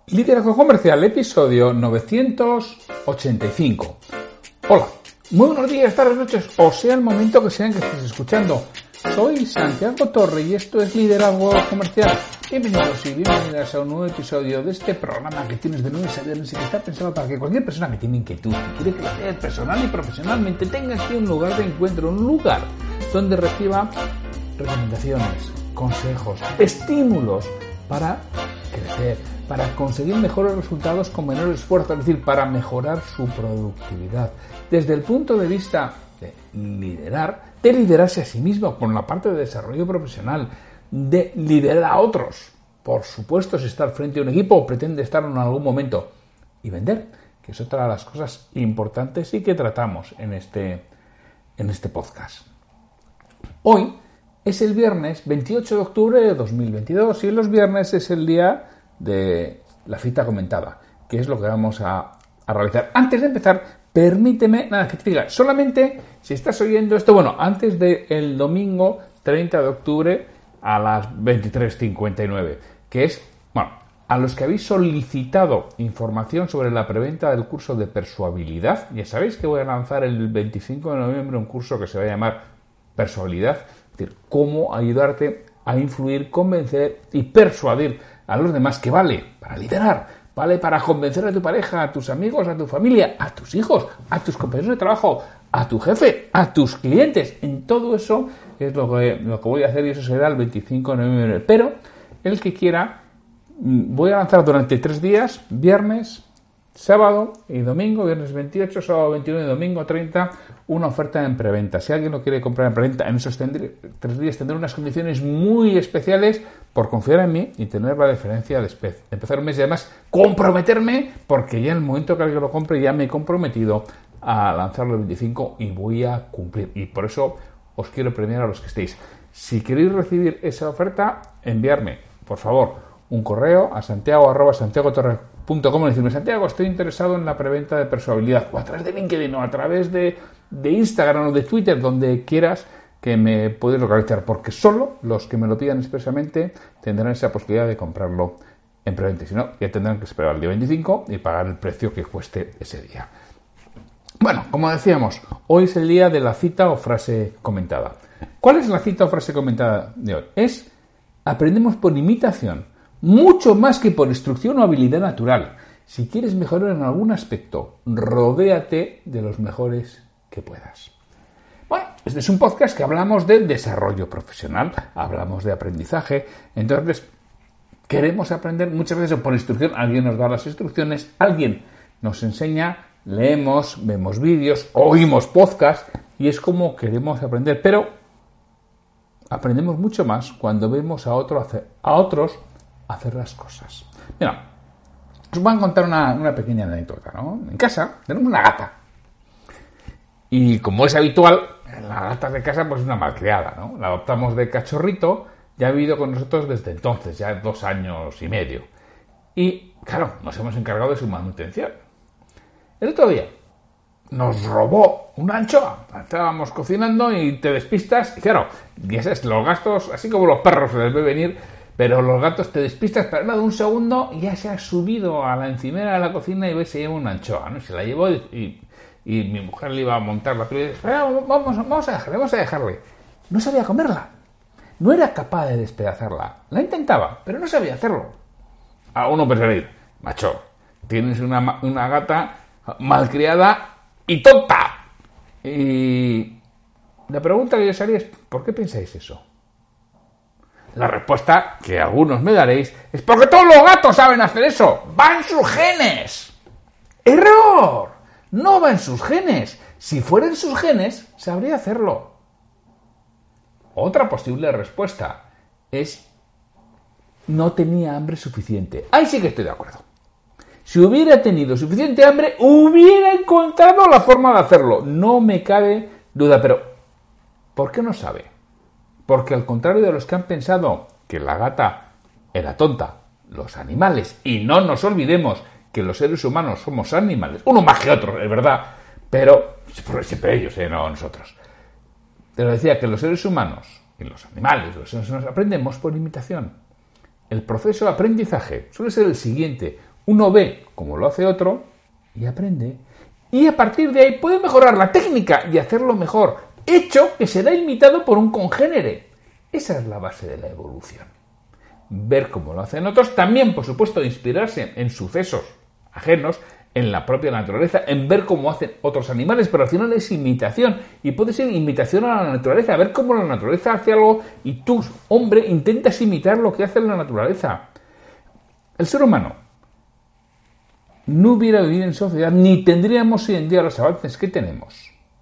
Liderazgo Comercial, episodio 985. Hola, muy buenos días, tardes, noches, o sea el momento que sean que estés escuchando. Soy Santiago Torre y esto es Liderazgo Comercial. Bienvenidos y bienvenidas a un nuevo episodio de este programa que tienes de lunes a viernes y que está pensado para que cualquier persona que tiene inquietud, que quiere crecer personal y profesionalmente, tenga aquí un lugar de encuentro, un lugar donde reciba recomendaciones, consejos, estímulos para crecer, para conseguir mejores resultados con menor esfuerzo, es decir, para mejorar su productividad. Desde el punto de vista de liderar, de liderarse a sí mismo con la parte de desarrollo profesional, de liderar a otros. Por supuesto, si está al frente de un equipo o pretende estarlo en algún momento. Y vender, que es otra de las cosas importantes y que tratamos en este podcast. Hoy es el viernes 28 de octubre de 2022 y los viernes es el día de la cita comentada, que es lo que vamos a realizar. Antes de empezar, permíteme, que te diga, solamente si estás oyendo esto, antes del domingo 30 de octubre a las 23:59, que es, a los que habéis solicitado información sobre la preventa del curso de persuabilidad, ya sabéis que voy a lanzar el 25 de noviembre un curso que se va a llamar Persuabilidad, es decir, cómo ayudarte a influir, convencer y persuadir a los demás, que vale para liderar, vale para convencer a tu pareja, a tus amigos, a tu familia, a tus hijos, a tus compañeros de trabajo, a tu jefe, a tus clientes. En todo eso es lo que voy a hacer y eso será el 25 de noviembre. Pero el que quiera, voy a lanzar durante 3 días, viernes, sábado y domingo, viernes 28, sábado 21 y domingo 30, una oferta en preventa. Si alguien lo quiere comprar en preventa, en esos 3 días tendré unas condiciones muy especiales por confiar en mí y tener la diferencia de empezar un mes y además comprometerme, porque ya en el momento que alguien lo compre ya me he comprometido a lanzarlo el 25 y voy a cumplir. Y por eso os quiero premiar a los que estéis. Si queréis recibir esa oferta, enviarme, por favor, un correo a santiago@santiagotorre.com y decirme: Santiago, estoy interesado en la preventa de persuabilidad, o a través de LinkedIn, o a través de Instagram o de Twitter, donde quieras que me puedes localizar, porque solo los que me lo pidan expresamente tendrán esa posibilidad de comprarlo en preventa. Si no, ya tendrán que esperar al día 25 y pagar el precio que cueste ese día. Como decíamos, hoy es el día de la cita o frase comentada. ¿Cuál es la cita o frase comentada de hoy? Es: aprendemos por imitación, mucho más que por instrucción o habilidad natural. Si quieres mejorar en algún aspecto, rodéate de los mejores que puedas. Este es un podcast que hablamos de desarrollo profesional, hablamos de aprendizaje, entonces queremos aprender muchas veces por instrucción. Alguien nos da las instrucciones, alguien nos enseña, leemos, vemos vídeos, oímos podcasts y es como queremos aprender, pero aprendemos mucho más cuando vemos a otros hacer las cosas. Mira, os voy a contar una pequeña anécdota, ¿no? En casa tenemos una gata. Y como es habitual, la gata de casa pues es una malcriada, ¿no? La adoptamos de cachorrito, ya ha vivido con nosotros desde entonces, ya 2 años y medio. Y, claro, nos hemos encargado de su manutención. El otro día nos robó una anchoa. Estábamos cocinando y te despistas. Y claro, ya sabes, los gatos, así como los perros se les ve venir, pero los gatos te despistas, pero nada, un segundo y ya se ha subido a la encimera de la cocina y ves se lleva una anchoa, ¿no? Se la llevó y mi mujer le iba a montar la piel y dice: vamos a dejarle. No sabía comerla. No era capaz de despedazarla. La intentaba, pero no sabía hacerlo. A uno pensaría: macho, tienes una gata malcriada y tonta. Y la pregunta que yo os haría es: ¿por qué pensáis eso? La respuesta que algunos me daréis es: porque todos los gatos saben hacer eso. ¡Va en sus genes! ¡Error! No va en sus genes. Si fuera en sus genes, sabría hacerlo. Otra posible respuesta es: no tenía hambre suficiente. Ahí sí que estoy de acuerdo. Si hubiera tenido suficiente hambre, hubiera encontrado la forma de hacerlo. No me cabe duda. Pero, ¿por qué no sabe? Porque al contrario de los que han pensado que la gata era tonta, los animales, y no nos olvidemos que los seres humanos somos animales, uno más que otro, es verdad, pero siempre ellos, no nosotros. Pero decía que los seres humanos y los animales, los seres humanos, aprendemos por imitación. El proceso de aprendizaje suele ser el siguiente: Uno ve cómo lo hace otro y aprende. Y a partir de ahí puede mejorar la técnica y hacerlo mejor, hecho que será imitado por un congénere. Esa es la base de la evolución. Ver cómo lo hacen otros, también, por supuesto, inspirarse en sucesos ajenos, en la propia naturaleza, en ver cómo hacen otros animales, pero al final es imitación, y puede ser imitación a la naturaleza, ver cómo la naturaleza hace algo y tú, hombre, intentas imitar lo que hace la naturaleza. El ser humano no hubiera vivido en sociedad, ni tendríamos hoy en día los avances que tenemos,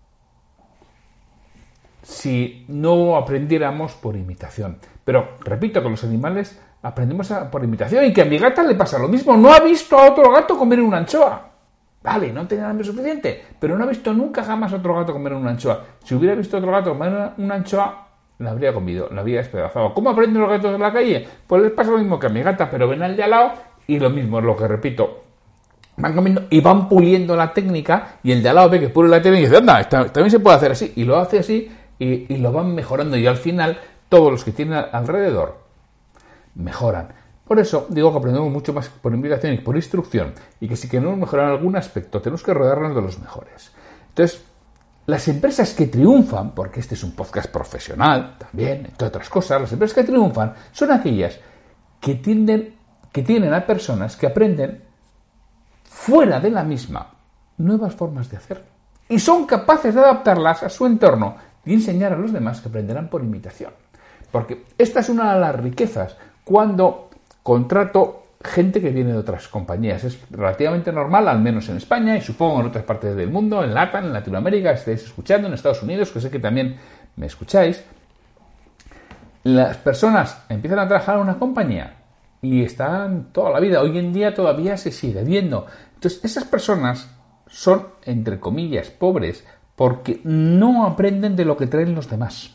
si no aprendiéramos por imitación. Pero, repito, con los animales aprendemos por imitación, y que a mi gata le pasa lo mismo. No ha visto a otro gato comer una anchoa. Vale, no tiene hambre suficiente, pero no ha visto nunca jamás a otro gato comer una anchoa. Si hubiera visto a otro gato comer una anchoa, la habría comido, la habría despedazado. ¿Cómo aprenden los gatos de la calle? Pues les pasa lo mismo que a mi gata, pero ven al de al lado y lo mismo, es lo que repito. Van comiendo y van puliendo la técnica, y el de al lado ve que pule la técnica y dice, anda, también se puede hacer así, y lo hace así y lo van mejorando, y al final todos los que tienen alrededor mejoran. Por eso digo que aprendemos mucho más por invitación y por instrucción, y que si queremos mejorar en algún aspecto tenemos que rodearnos de los mejores. Entonces, las empresas que triunfan, porque este es un podcast profesional también, entre otras cosas, las empresas que triunfan son aquellas que tienen a personas que aprenden fuera de la misma nuevas formas de hacer, y son capaces de adaptarlas a su entorno y enseñar a los demás que aprenderán por imitación. Porque esta es una de las riquezas cuando contrato gente que viene de otras compañías. Es relativamente normal, al menos en España, y supongo en otras partes del mundo, en LATAM, en Latinoamérica, estéis escuchando, en Estados Unidos, que sé que también me escucháis. Las personas empiezan a trabajar en una compañía y están toda la vida. Hoy en día todavía se sigue viendo. Entonces, esas personas son, entre comillas, pobres, porque no aprenden de lo que traen los demás.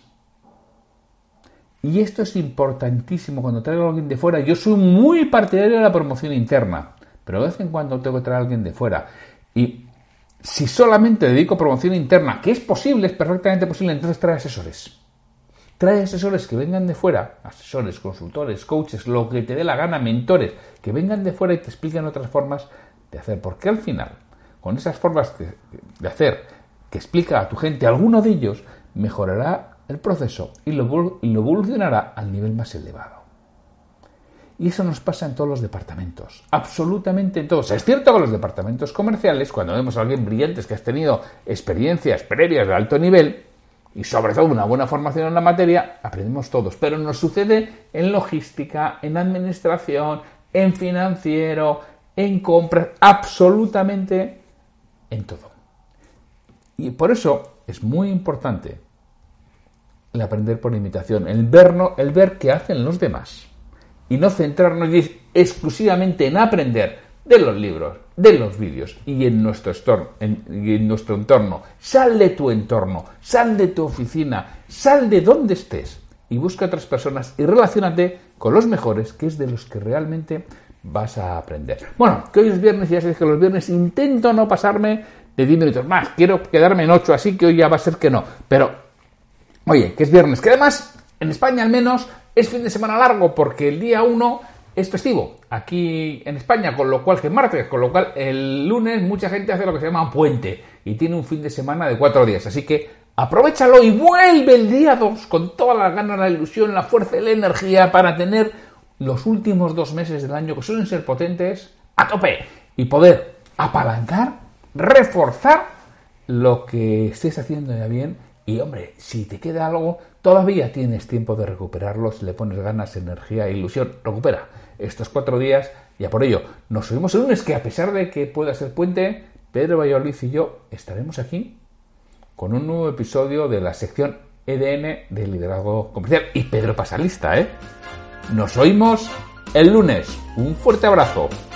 Y esto es importantísimo cuando traigo a alguien de fuera. Yo soy muy partidario de la promoción interna, pero de vez en cuando tengo que traer a alguien de fuera. Y si solamente dedico promoción interna, que es posible, es perfectamente posible, entonces trae asesores. Trae asesores que vengan de fuera, asesores, consultores, coaches, lo que te dé la gana, mentores, que vengan de fuera y te expliquen otras formas de hacer. Porque al final, con esas formas de hacer que explica a tu gente, alguno de ellos mejorará el proceso y lo evolucionará al nivel más elevado. Y eso nos pasa en todos los departamentos, absolutamente en todos. Es cierto que los departamentos comerciales, cuando vemos a alguien brillante que has tenido experiencias previas de alto nivel y sobre todo una buena formación en la materia, aprendemos todos. Pero nos sucede en logística, en administración, en financiero, en compras, absolutamente en todo. Y por eso es muy importante el aprender por imitación, el ver qué hacen los demás y no centrarnos exclusivamente en aprender de los libros, de los vídeos y en nuestro entorno. Sal de tu entorno, sal de tu oficina, sal de donde estés y busca otras personas y relaciónate con los mejores, que es de los que realmente vas a aprender. Bueno, que hoy es viernes y ya sabéis que los viernes intento no pasarme de 10 minutos más. Quiero quedarme en 8, así que hoy ya va a ser que no. Pero oye, que es viernes, que además, en España al menos, es fin de semana largo, porque el día 1 es festivo, aquí en España, con lo cual, que es martes, con lo cual el lunes mucha gente hace lo que se llama puente, y tiene un fin de semana de 4 días, así que aprovéchalo y vuelve el día 2 con todas las ganas, la ilusión, la fuerza y la energía para tener los últimos 2 meses del año, que suelen ser potentes, a tope, y poder apalancar, reforzar lo que estés haciendo ya bien. Y hombre, si te queda algo, todavía tienes tiempo de recuperarlo, si le pones ganas, energía e ilusión. Recupera estos 4 días y a por ello. Nos subimos el lunes, que a pesar de que pueda ser puente, Pedro Valladolid y yo estaremos aquí con un nuevo episodio de la sección EDN de Liderazgo Comercial. Y Pedro pasa lista, ¿eh? Nos oímos el lunes. Un fuerte abrazo.